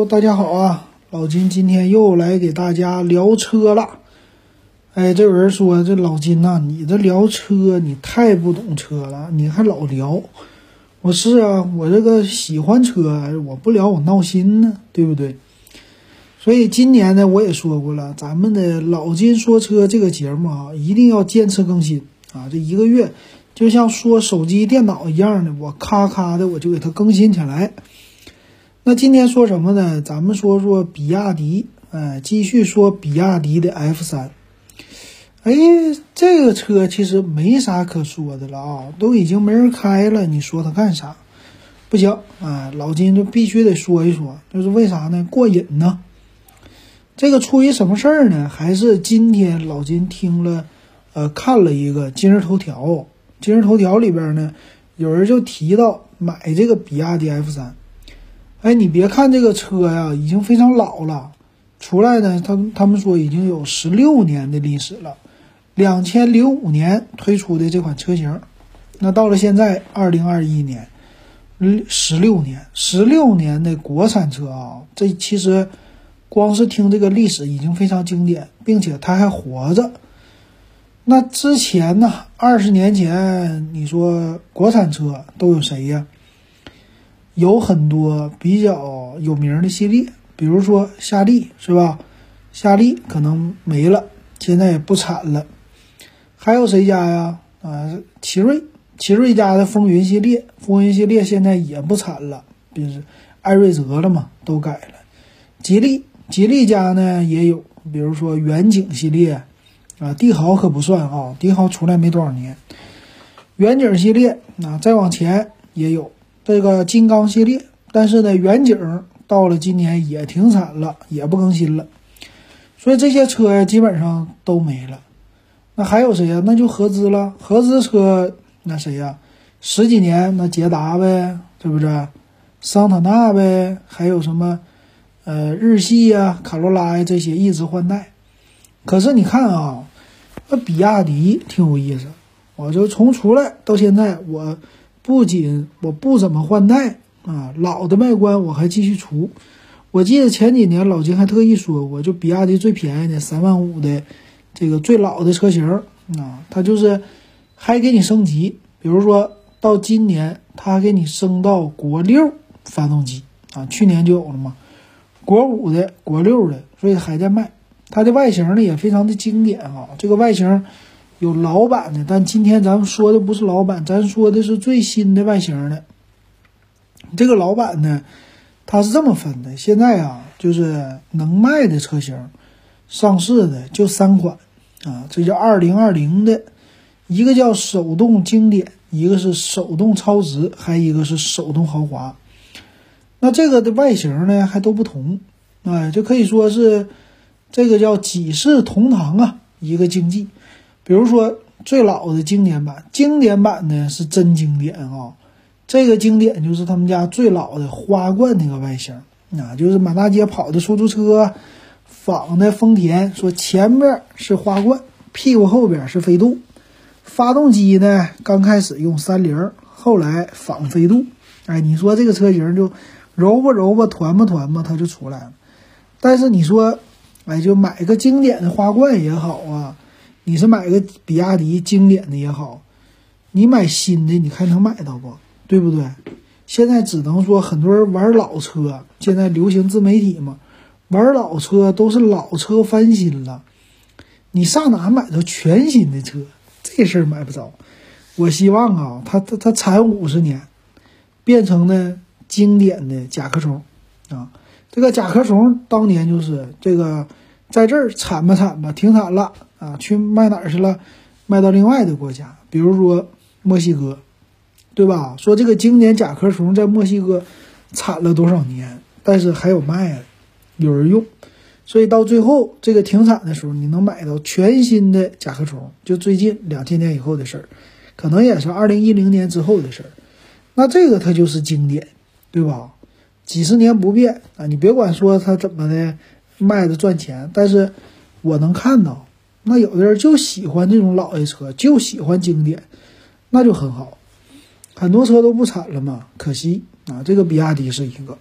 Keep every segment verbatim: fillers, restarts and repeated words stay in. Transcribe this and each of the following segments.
Hello， 大家好啊！老金今天又来给大家聊车了。哎，这有人说这老金呐、啊，你这聊车你太不懂车了，你还老聊。我是啊，我这个喜欢车，我不聊我闹心呢，对不对？所以今年呢，我也说过了，咱们的老金说车这个节目啊，一定要坚持更新啊！这一个月就像说手机、电脑一样的，我咔咔的我就给它更新起来。那今天说什么呢？咱们说说比亚迪，哎，继续说比亚迪的 F 三。哎，这个车其实没啥可说的了啊，都已经没人开了，你说它干啥？不行啊，老金就必须得说一说，就是为啥呢？过瘾呢。这个出于什么事儿呢？还是今天老金听了，呃，看了一个今日头条，今日头条里边呢，有人就提到买这个比亚迪 F 三。哎，你别看这个车呀，已经非常老了，出来呢，他他们说已经有十六年的历史了，两千零五年推出的这款车型，那到了现在二零二一年，十六年，十六年的国产车啊，这其实光是听这个历史已经非常经典，并且它还活着。那之前呢，二十年前，你说国产车都有谁呀？有很多比较有名的系列，比如说夏利，是吧？夏利可能没了，现在也不产了。还有谁家呀？啊，奇瑞，奇瑞家的风云系列，风云系列现在也不产了，就是艾瑞泽了嘛，都改了。吉利，吉利家呢也有，比如说远景系列，啊，帝豪可不算啊，帝豪出来没多少年。远景系列，啊，再往前也有。这个金刚系列，但是呢，远景到了今年也停产了，也不更新了，所以这些车呀基本上都没了。那还有谁呀？那就合资了，合资车那谁呀？十几年那捷达呗，是不是？桑塔纳呗，还有什么呃日系呀、卡罗拉呀这些一直换代。可是你看啊，那比亚迪挺有意思，我就从出来到现在我。不仅我不怎么换代啊，老的外观我还继续出。我记得前几年老金还特意说过，就比亚迪最便宜的三万五的这个最老的车型啊，它就是还给你升级，比如说到今年它还给你升到国六发动机啊，去年就有了嘛，国五的、国六的，所以还在卖。它的外形呢也非常的经典啊，这个外形。有老版的，但今天咱们说的不是老版，咱说的是最新的外形的。这个老版呢，它是这么分的，现在啊，就是能卖的车型，上市的就三款啊，这叫二零二零的，一个叫手动经典，一个是手动超值，还有一个是手动豪华。那这个的外形呢还都不同，哎，就可以说是这个叫几世同堂啊，一个经济。比如说最老的经典版，经典版呢是真经典啊，这个经典就是他们家最老的花冠那个外形啊，就是满大街跑的出租车仿的丰田，说前面是花冠，屁股后边是飞度，发动机呢刚开始用三菱，后来仿飞度，哎，你说这个车型就揉吧揉吧团吧团吧它就出来了。但是你说哎，就买个经典的花冠也好啊，你是买个比亚迪经典的也好，你买新的你还能买到不？对不对？现在只能说很多人玩老车，现在流行自媒体嘛，玩老车都是老车翻新了，你上哪买到全新的车？这事儿买不着。我希望啊，它它它产五十年，变成呢经典的甲壳虫啊。这个甲壳虫当年就是这个在这儿产吧产吧，停产了。啊，去卖哪儿去了？卖到另外的国家，比如说墨西哥，对吧？说这个经典甲壳虫在墨西哥产了多少年，但是还有卖的，有人用，所以到最后这个停产的时候，你能买到全新的甲壳虫，就最近两千年以后的事儿，可能也是二零一零年之后的事儿。那这个它就是经典，对吧？几十年不变啊！你别管说它怎么的卖的赚钱，但是我能看到。那有的人就喜欢这种老的车，就喜欢经典，那就很好。很多车都不产了嘛，可惜啊，这个比亚迪是一个。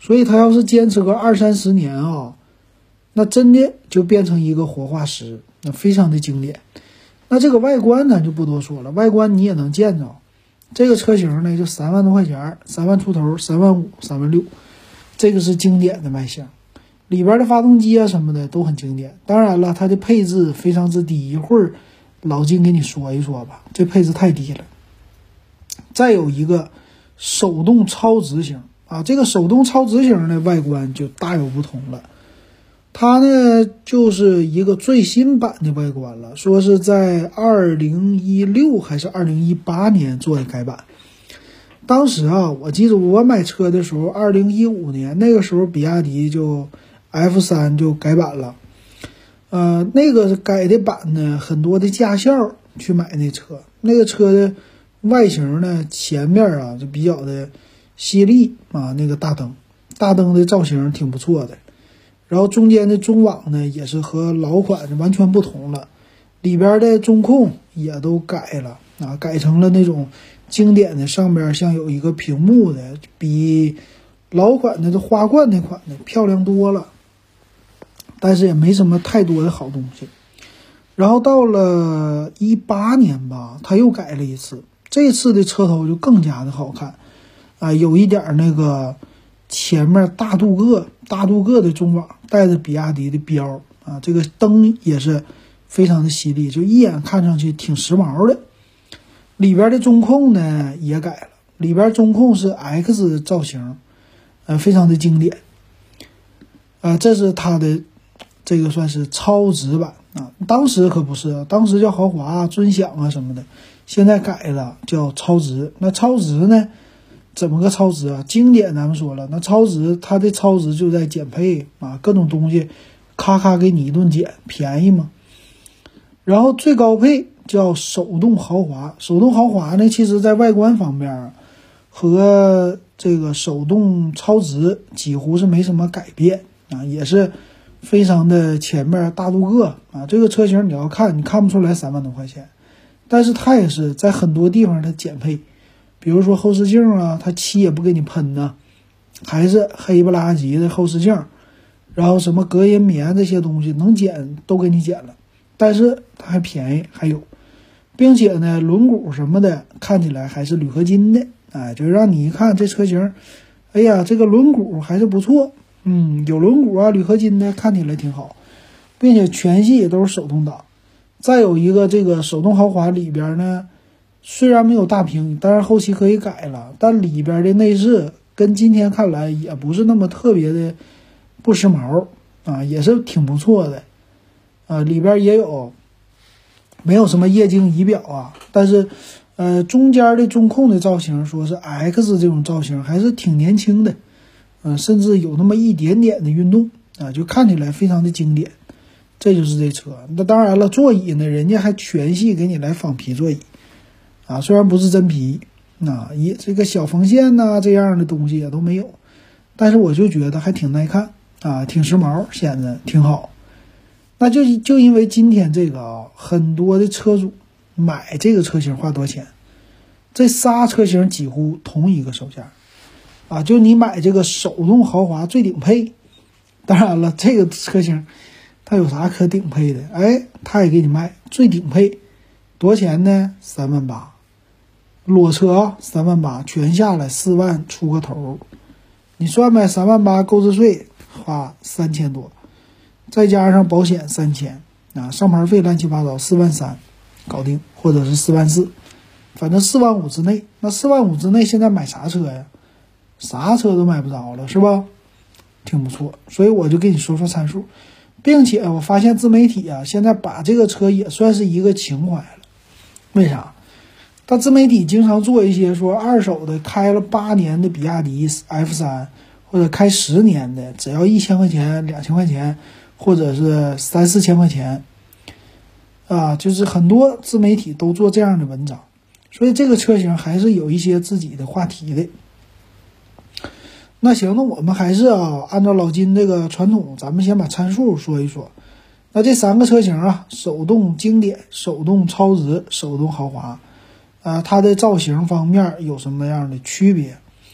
所以它要是坚持个二三十年啊，那真的就变成一个活化石，那非常的经典。那这个外观呢就不多说了，外观你也能见着，这个车型呢就三万多块钱，三万出头，三万五、三万六，这个是经典的外形，里边的发动机啊什么的都很经典。当然了，它的配置非常之低，一会儿老金给你说一说吧，这配置太低了。再有一个手动超直型啊，这个手动超直型的外观就大有不同了。它呢就是一个最新版的外观了，说是在二零一六还是二零一八年做的改版。当时啊，我记得我买车的时候二零一五年那个时候比亚迪就 F 三 就改版了。呃那个改的版呢，很多的驾校去买那车，那个车的外形呢前面啊就比较的犀利啊，那个大灯大灯的造型挺不错的。然后中间的中网呢也是和老款完全不同了，里边的中控也都改了啊，改成了那种经典的，上边像有一个屏幕的，比老款的花冠那款的漂亮多了，但是也没什么太多的好东西。然后到了一八年吧，他又改了一次，这次的车头就更加的好看啊，有一点那个前面大镀铬大镀铬的中网，带着比亚迪的标啊，这个灯也是非常的犀利，就一眼看上去挺时髦的。里边的中控呢也改了，里边中控是 X 造型，呃，非常的经典。呃，这是它的这个算是超直版啊，当时可不是，当时叫豪华、尊享啊什么的，现在改了叫超直。那超直呢？怎么个超值啊？经典咱们说了，那超值它的超值就在减配啊，各种东西咔咔给你一顿减，便宜嘛。然后最高配叫手动豪华，手动豪华呢，其实在外观方面和这个手动超值几乎是没什么改变啊，也是非常的前面大镀铬啊。这个车型你要看，你看不出来三万多块钱，但是它也是在很多地方它减配。比如说后视镜啊，它漆也不给你喷呢，还是黑不拉几的后视镜，然后什么隔音棉这些东西能减都给你减了，但是它还便宜，还有，并且呢轮毂什么的看起来还是铝合金的，哎，就让你一看这车型，哎呀，这个轮毂还是不错，嗯，有轮毂啊，铝合金的看起来挺好，并且全系也都是手动挡。再有一个这个手动豪华里边呢，虽然没有大屏，但是后期可以改了，但里边的内饰跟今天看来也不是那么特别的不时髦啊，也是挺不错的啊。里边也有没有什么液晶仪表啊，但是呃中间的中控的造型说是 X 这种造型还是挺年轻的，嗯、呃，甚至有那么一点点的运动啊，就看起来非常的经典。这就是这车。那当然了，座椅呢，人家还全系给你来仿皮座椅。啊，虽然不是真皮，啊，也这个小缝线呐、啊、这样的东西也都没有，但是我就觉得还挺耐看啊，挺时髦，显得挺好。那就就因为今天这个啊，很多的车主买这个车型花多少钱？这仨车型几乎同一个售价啊，就你买这个手动豪华最顶配，当然了，这个车型它有啥可顶配的？哎，它也给你卖最顶配，多少钱呢？三万八。裸车啊，三万八，全下来四万出个头，你算呗，三万八购置税花三千多，再加上保险三千啊，上牌费乱七八糟四万三，搞定，或者是四万四，反正四万五之内。那四万五之内现在买啥车呀？啥车都买不着了，是吧？挺不错，所以我就跟你说说参数，并且我发现自媒体啊，现在把这个车也算是一个情怀了。为啥？他自媒体经常做一些说二手的，开了八年的比亚迪 F 三，或者开十年的，只要一千块钱、两千块钱，或者是三四千块钱，啊，就是很多自媒体都做这样的文章，所以这个车型还是有一些自己的话题的。那行，那我们还是啊，按照老金这个传统，咱们先把参数说一说。那这三个车型啊，手动经典、手动超值、手动豪华。啊，它的造型方面有什么样的区别？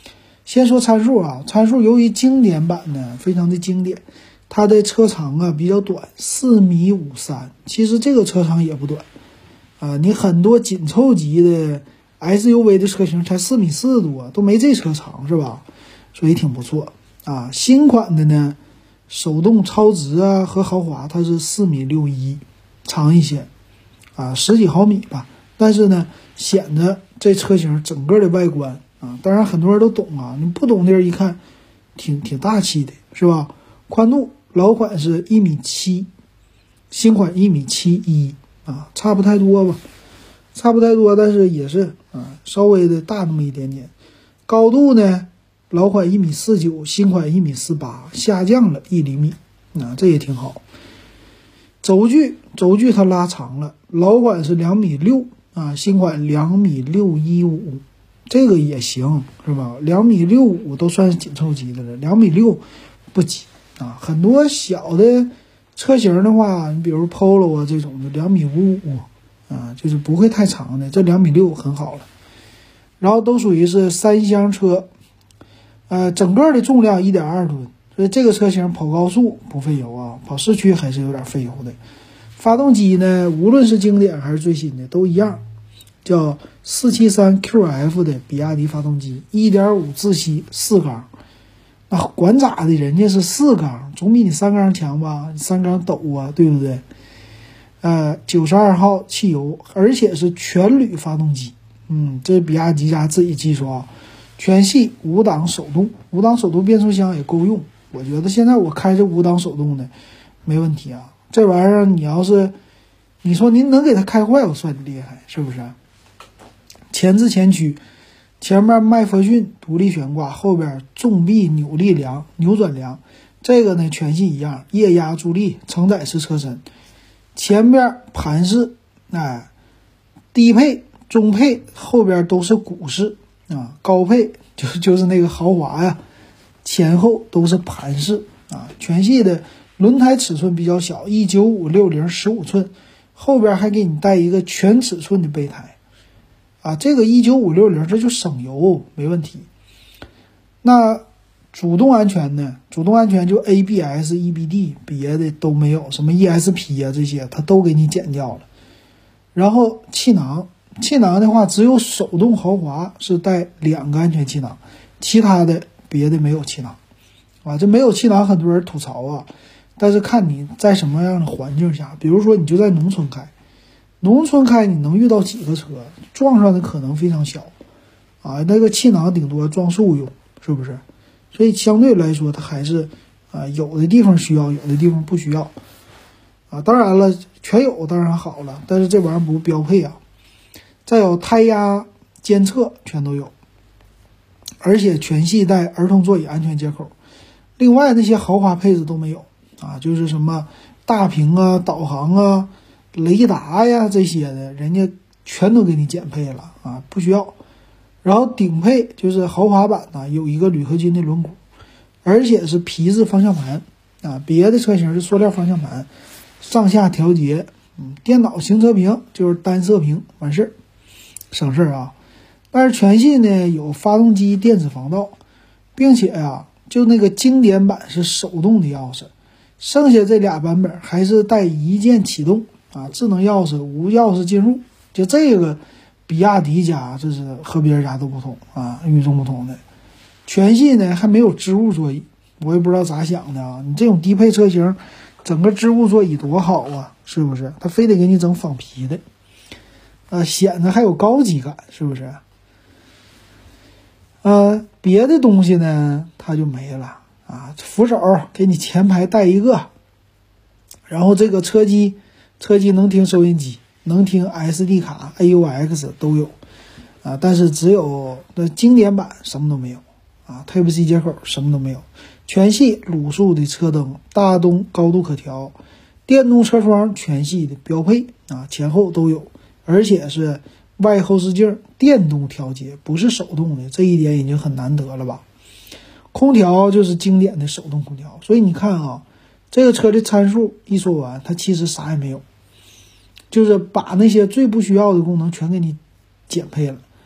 先说参数啊，参数由于经典版呢非常的经典，它的车长啊比较短，四米五三，其实这个车长也不短啊。你很多紧凑级的 S U V 的车型才四米四多，都没这车长是吧？所以挺不错啊。新款的呢，手动超值啊和豪华它是四米六一，长一些啊，十几毫米吧。但是呢，显得这车型整个的外观啊，当然很多人都懂啊，你不懂的人一看，挺挺大气的，是吧？宽度老款是一米七，新款一米七一啊，差不太多吧，差不太多，但是也是啊，稍微的大那么一点点。高度呢，老款一米四九，新款一米四八，下降了一厘米啊，这也挺好。轴距轴距它拉长了，老款是两米六啊，新款两米六一五，这个也行是吧？两米六五都算是紧凑级的了，两米六不挤啊。很多小的车型的话，你比如 Polo 啊这种的，两米五五啊，就是不会太长的，这两米六很好了。然后都属于是三厢车，呃，整个的重量一点二吨。所以这个车型跑高速不费油啊，跑市区还是有点费油的。发动机呢，无论是经典还是最新的都一样，叫四七三 Q F 的比亚迪发动机， 一点五 自吸四缸。那管咋的，人家是四缸，总比你三缸强吧？三缸抖啊，对不对？呃，九十二号汽油，而且是全铝发动机。嗯，这是比亚迪家自己技术啊，全系五档手动，五档手动变速箱也够用。我觉得现在我开这五档手动的没问题啊，这玩意儿你要是你说您能给它开坏，我算你厉害，是不是？前置前驱，前面麦弗逊独立悬挂，后边重臂扭力梁扭转梁，这个呢全系一样，液压助力，承载式车身，前边盘式，哎，低配中配后边都是鼓式啊，高配就就是那个豪华呀，前后都是盘式啊。全系的轮胎尺寸比较小，一九五六零十五寸，后边还给你带一个全尺寸的备胎啊。这个一九五六零这就省油没问题。那主动安全呢？主动安全就 A B S、E B D， 别的都没有，什么 E S P 啊这些它都给你减掉了。然后气囊。气囊的话，只有手动豪华是带两个安全气囊，其他的别的没有气囊啊。这没有气囊，很多人吐槽啊，但是看你在什么样的环境下，比如说你就在农村开，农村开你能遇到几个车，撞上的可能非常小啊。那个气囊顶多撞树用，是不是？所以相对来说，它还是啊，有的地方需要，有的地方不需要啊。当然了，全有当然好了，但是这玩意儿不标配啊。再有胎压监测全都有，而且全系带儿童座椅安全接口。另外那些豪华配置都没有啊，就是什么大屏啊、导航啊、雷达呀这些的，人家全都给你减配了啊，不需要。然后顶配就是豪华版呢，有一个铝合金的轮毂，而且是皮质方向盘啊，别的车型是塑料方向盘，上下调节，嗯，电脑行车屏就是单色屏，完事儿。省事啊。但是全系呢有发动机电子防盗，并且啊，就那个经典版是手动的钥匙，剩下这俩版本还是带一键启动啊，智能钥匙无钥匙进入。就这个比亚迪家这是和别人家都不同啊，与众不同的。全系呢还没有织物座椅，我也不知道咋想的啊，你这种低配车型整个织物座椅多好啊，是不是？他非得给你整仿皮的，呃，显得还有高级感，是不是？呃，别的东西呢，它就没了啊。扶手给你前排带一个，然后这个车机，车机能听收音机，能听 S D 卡、A U X 都有啊，但是只有那经典版什么都没有啊 ，Type C 接口什么都没有。全系卤素的车灯，大灯高度可调，电动车窗全系的标配啊，前后都有。而且是外后视镜电动调节，不是手动的，这一点已经很难得了吧。空调就是经典的手动空调，所以你看啊，这个车的参数一说完，它其实啥也没有，就是把那些最不需要的功能全给你减配了。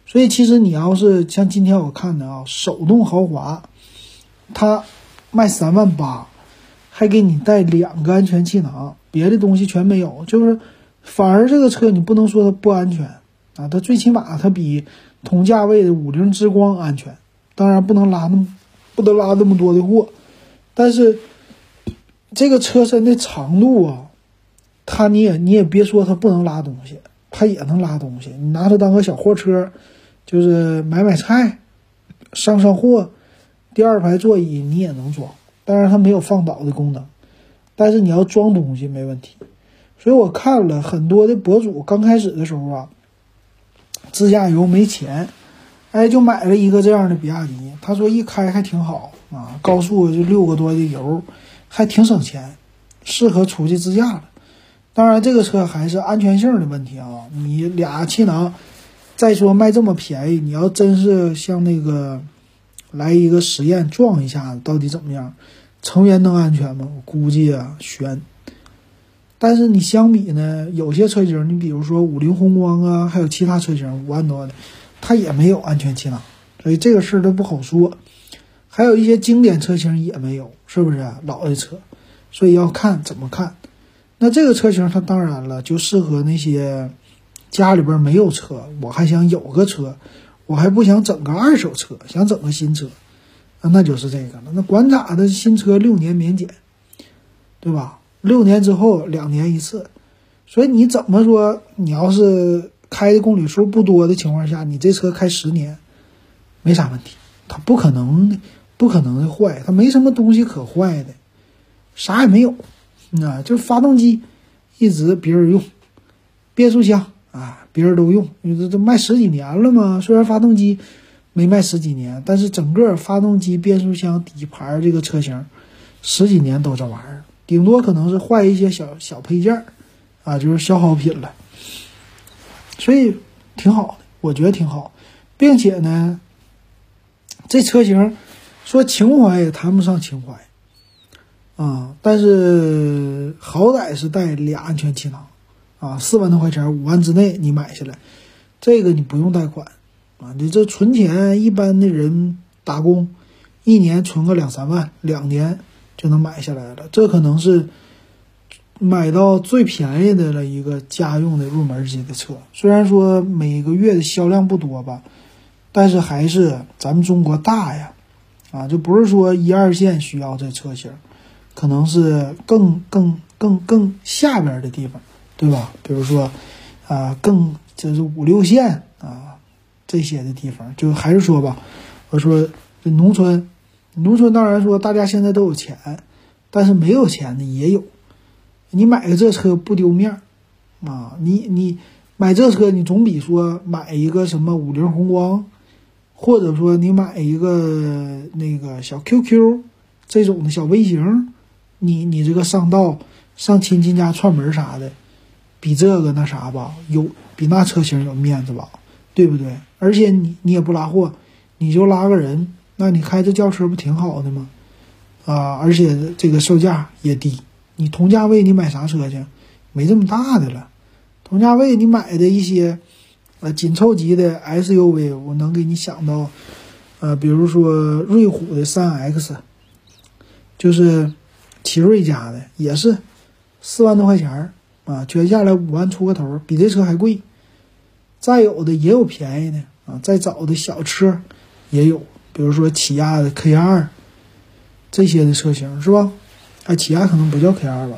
所以其实你要是像今天我看的啊，手动豪华，它卖三万八，还给你带两个安全气囊，别的东西全没有，就是反而这个车你不能说它不安全啊，它最起码它比同价位的五菱之光安全，当然不能拉那么不能拉那么多的货，但是这个车身的长度啊，它你也你也别说它不能拉东西，它也能拉东西，你拿它当个小货车，就是买买菜上上货，第二排座椅你也能装，当然它没有放倒的功能，但是你要装东西没问题。所以我看了很多的博主刚开始的时候啊，自驾游没钱，哎，就买了一个这样的比亚迪，他说一开还挺好啊，高速就六个多的油，还挺省钱，适合出去自驾了。当然这个车还是安全性的问题啊，你俩气囊，再说卖这么便宜，你要真是像那个来一个实验撞一下子到底怎么样，成员能安全吗？我估计啊悬。但是你相比呢，有些车型，你比如说五菱宏光啊，还有其他车型五万多的，它也没有安全气囊，所以这个事儿都不好说。还有一些经典车型也没有，是不是老的车？所以要看怎么看。那这个车型它当然了，就适合那些家里边没有车，我还想有个车，我还不想整个二手车，想整个新车，那就是这个了。那管咋的，新车六年免检，对吧？六年之后两年一次，所以你怎么说，你要是开的公里数不多的情况下，你这车开十年没啥问题，它不可能不可能的坏，它没什么东西可坏的，啥也没有啊，就是发动机一直别人用，变速箱啊别人都用，这这卖十几年了嘛，虽然发动机没卖十几年，但是整个发动机、变速箱、底盘这个车型十几年都这玩意儿，顶多可能是坏一些小小配件啊，就是消耗品了，所以挺好的，我觉得挺好，并且呢，这车型说情怀也谈不上情怀啊，但是好歹是带俩安全气囊啊，四万多块钱，五万之内你买下来，这个你不用贷款啊，你这存钱，一般的人打工一年存个两三万，两年就能买下来了，这可能是买到最便宜的了一个家用的入门级的车。虽然说每个月的销量不多吧，但是还是咱们中国大呀，啊，就不是说一二线需要这车型，可能是更更更更下边的地方，对吧？比如说啊，更就是五六线啊这些的地方，就还是说吧，我说农村。农村当然说大家现在都有钱，但是没有钱的也有，你买个这车不丢面啊，你你买这车你总比说买一个什么五菱宏光，或者说你买一个那个小 Q Q 这种的小微型，你你这个上道上亲戚家串门啥的，比这个那啥吧，有比那车型有面子吧，对不对？而且你你也不拉货，你就拉个人，那你开这轿车不挺好的吗？啊，而且这个售价也低，你同价位你买啥车去？没这么大的了。同价位你买的一些呃紧凑级的 S U V， 我能给你想到，呃，比如说瑞虎的 三 X， 就是奇瑞家的，也是四万多块钱啊，全下来五万出个头，比这车还贵。再有的也有便宜的啊，再早的小车也有。比如说起亚的 K 二 这些的车型是吧？哎，起亚可能不叫 K 二 吧，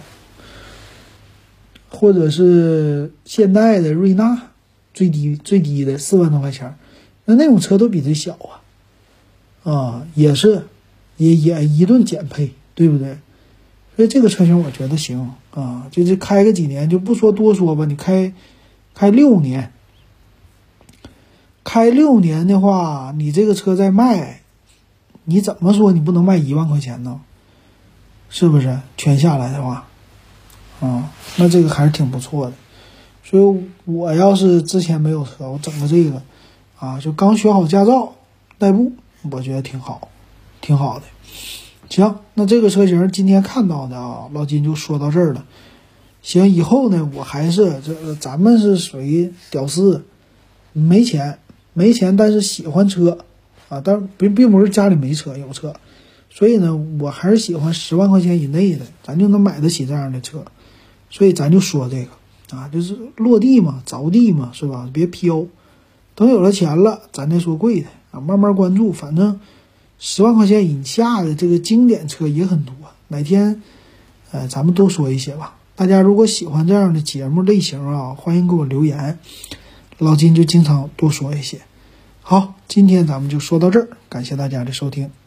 或者是现代的瑞纳，最低最低的四万多块钱，那那种车都比这小啊，啊，也是也也一顿减配，对不对？所以这个车型我觉得行啊，就是开个几年就不说多说吧，你开开六年。开六年的话，你这个车再卖，你怎么说你不能卖一万块钱呢？是不是？全下来的话，啊，那这个还是挺不错的。所以我要是之前没有车，我整个这个，啊，就刚学好驾照，代步，我觉得挺好，挺好的。行，那这个车型今天看到的啊，老金就说到这儿了。行，以后呢，我还是这咱们是属于屌丝，没钱。 没钱但是喜欢车啊，但并并不是家里没车有车，所以呢，我还是喜欢十万块钱以内的，咱就能买得起这样的车，所以咱就说这个啊，就是落地嘛，着地嘛，是吧？别飘，等有了钱了，咱再说贵的啊，慢慢关注，反正十万块钱以下的这个经典车也很多，哪天呃咱们多说一些吧。大家如果喜欢这样的节目类型啊，欢迎给我留言，老金就经常多说一些。好，今天咱们就说到这儿，感谢大家的收听。